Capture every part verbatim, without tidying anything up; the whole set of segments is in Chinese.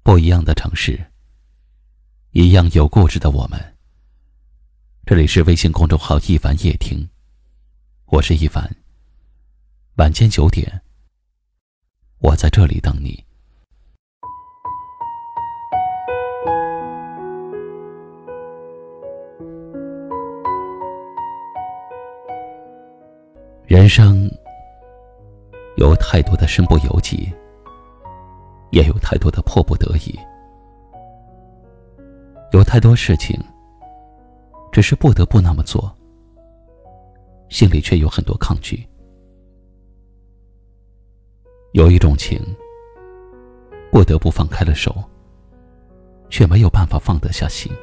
不一样的城市，一样有故事的我们。这里是微信公众号一凡夜听，我是一凡。晚间九点，我在这里等你。人生有太多的身不由己，也有太多的迫不得已，有太多事情只是不得不那么做，心里却有很多抗拒。有一种情不得不放开了手，却没有办法放得下心。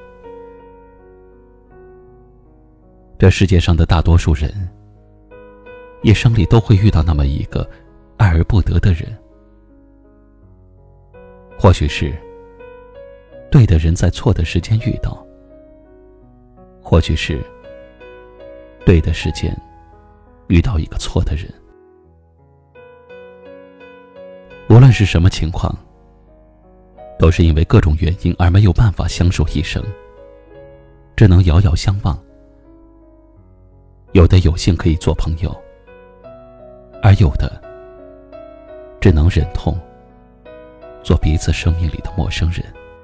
这世界上的大多数人一生里都会遇到那么一个爱而不得的人，或许是对的人在错的时间遇到，或许是对的时间遇到一个错的人。无论是什么情况，都是因为各种原因而没有办法相守一生，只能遥遥相望。有的有幸可以做朋友，而有的只能忍痛做彼此生命里的陌生人。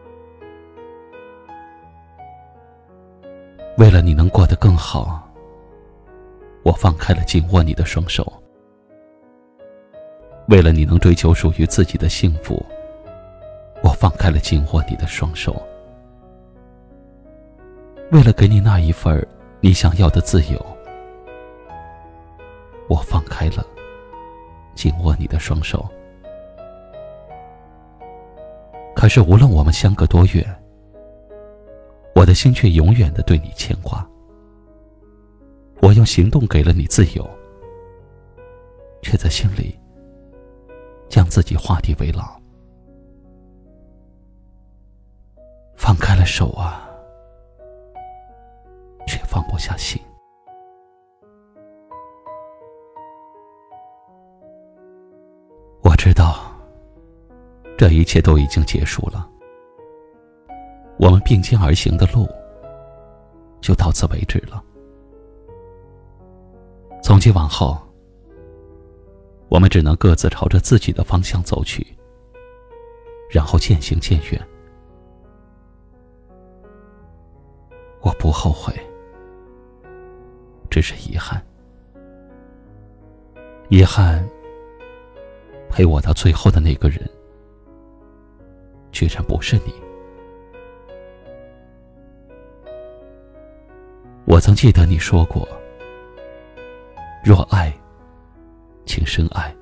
为了你能过得更好，我放开了紧握你的双手。为了你能追求属于自己的幸福，我放开了紧握你的双手。为了给你那一份你想要的自由，我放开了紧握你的双手。可是无论我们相隔多远，我的心却永远地对你牵挂。我用行动给了你自由，却在心里将自己画地为牢。放开了手啊，却放不下心。我知道这一切都已经结束了，我们并肩而行的路就到此为止了。从今往后，我们只能各自朝着自己的方向走去，然后渐行渐远。我不后悔，只是遗憾。遗憾陪我到最后的那个人居然不是你。我曾记得你说过，若爱请深爱。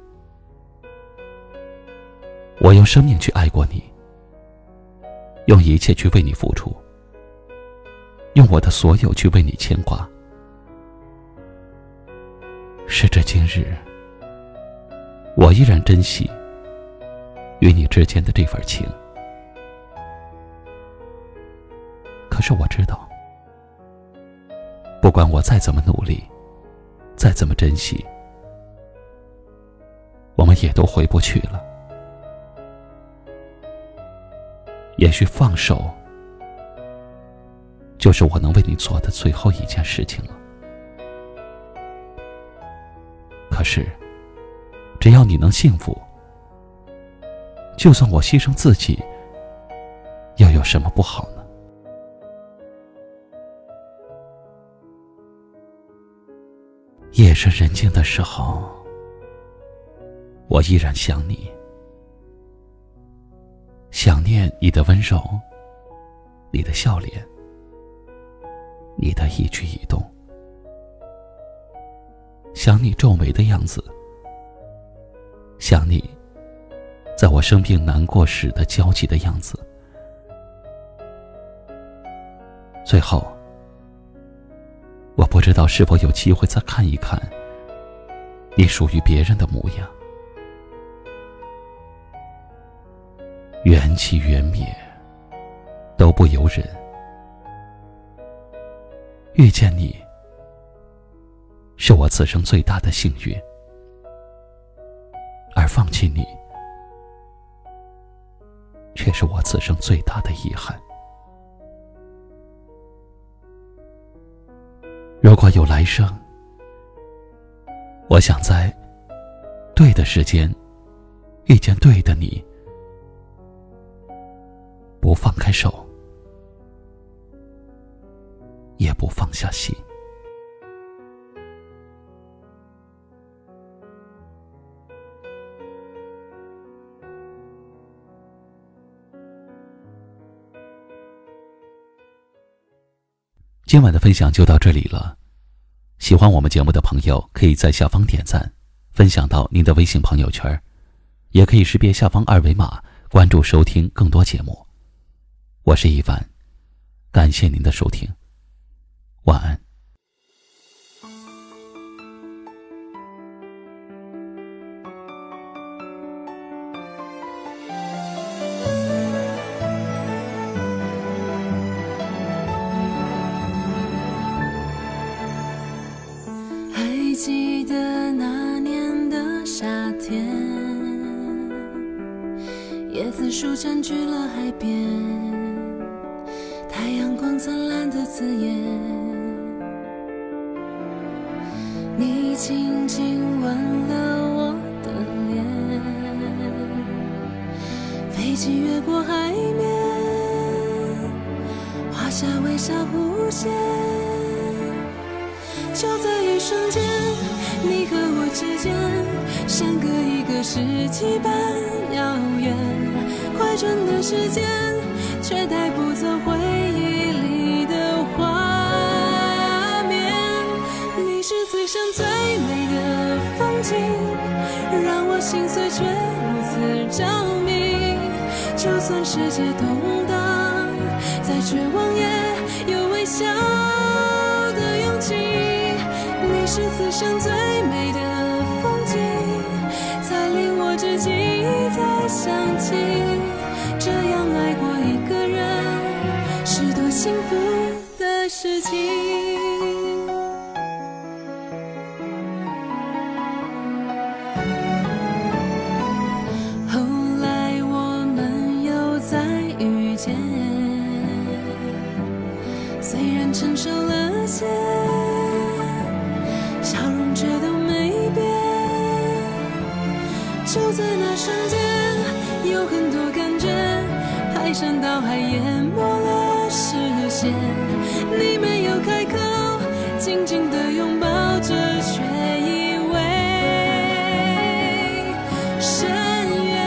我用生命去爱过你，用一切去为你付出，用我的所有去为你牵挂。时至今日，我依然珍惜与你之间的这份情。可是我知道，不管我再怎么努力，再怎么珍惜，我们也都回不去了。也许放手就是我能为你做的最后一件事情了。可是只要你能幸福，就算我牺牲自己，又有什么不好呢？夜深人静的时候，我依然想你，想念你的温柔，你的笑脸，你的一举一动，想你皱眉的样子，想你在我生病难过时的焦急的样子。最后，我不知道是否有机会再看一看你属于别人的模样。缘起缘灭都不由人，遇见你是我此生最大的幸运，而放弃你却却是我此生最大的遗憾。如果有来生，我想在对的时间遇见对的你，不放开手，也不放下心。今晚的分享就到这里了，喜欢我们节目的朋友可以在下方点赞，分享到您的微信朋友圈，也可以识别下方二维码关注收听更多节目。我是一凡，感谢您的收听，晚安。 记得那年的夏天，椰子树占据了海边，太阳光灿烂的刺眼，你轻轻吻了我的脸，飞机越过海面，画下微笑弧线，就在一瞬间，你和我之间相隔一个世纪般遥远，快转的时间却带不走回忆里的画面。你是此生最美的风景，让我心碎却如此着迷，就算世界动荡，再绝望也有微笑的勇气。你是此生最美的风景，才令我至今一再想起，这样爱过一个人是多幸福的事情。后来我们又再遇见，虽然成熟了些，笑容却都没变，就在那瞬间，有很多感觉排山倒海淹没了视线。你没有开口，紧紧地拥抱着，却以为深渊。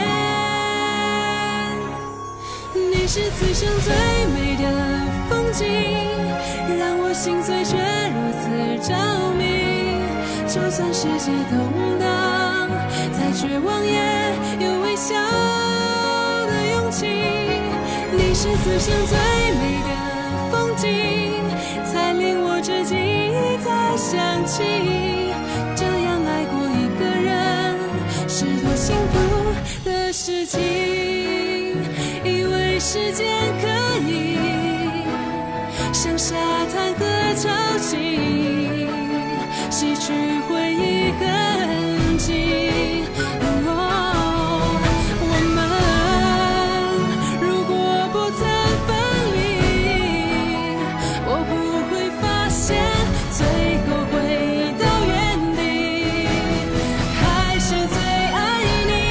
你是此生最美的风景，让我心碎却如此着迷。就算世界动荡，再绝望也有微笑的勇气。你是此生最美的风景，才令我至今一再想起，这样爱过一个人是多幸福的事情。以为时间可以像沙滩和潮汐洗去回忆痕迹、哦、我们如果不曾分离，我不会发现最后回到原地，还是最爱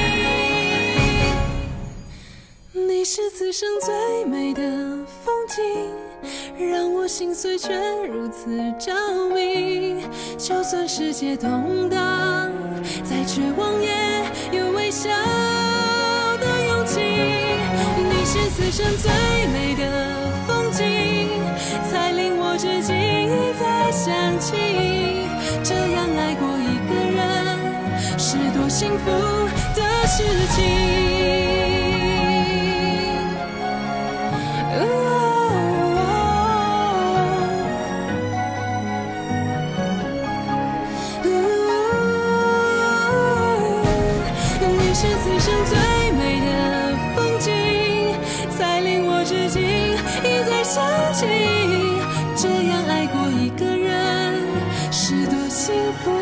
你。你是此生最美的风景，让我心碎却如此着迷。就算世界动荡，再绝望也有微笑的勇气。你是此生最美的风景，才令我至今一再想起，这样爱过一个人是多幸福的事情。你是此生最美的风景，才令我至今一再想起，这样爱过一个人是多幸福。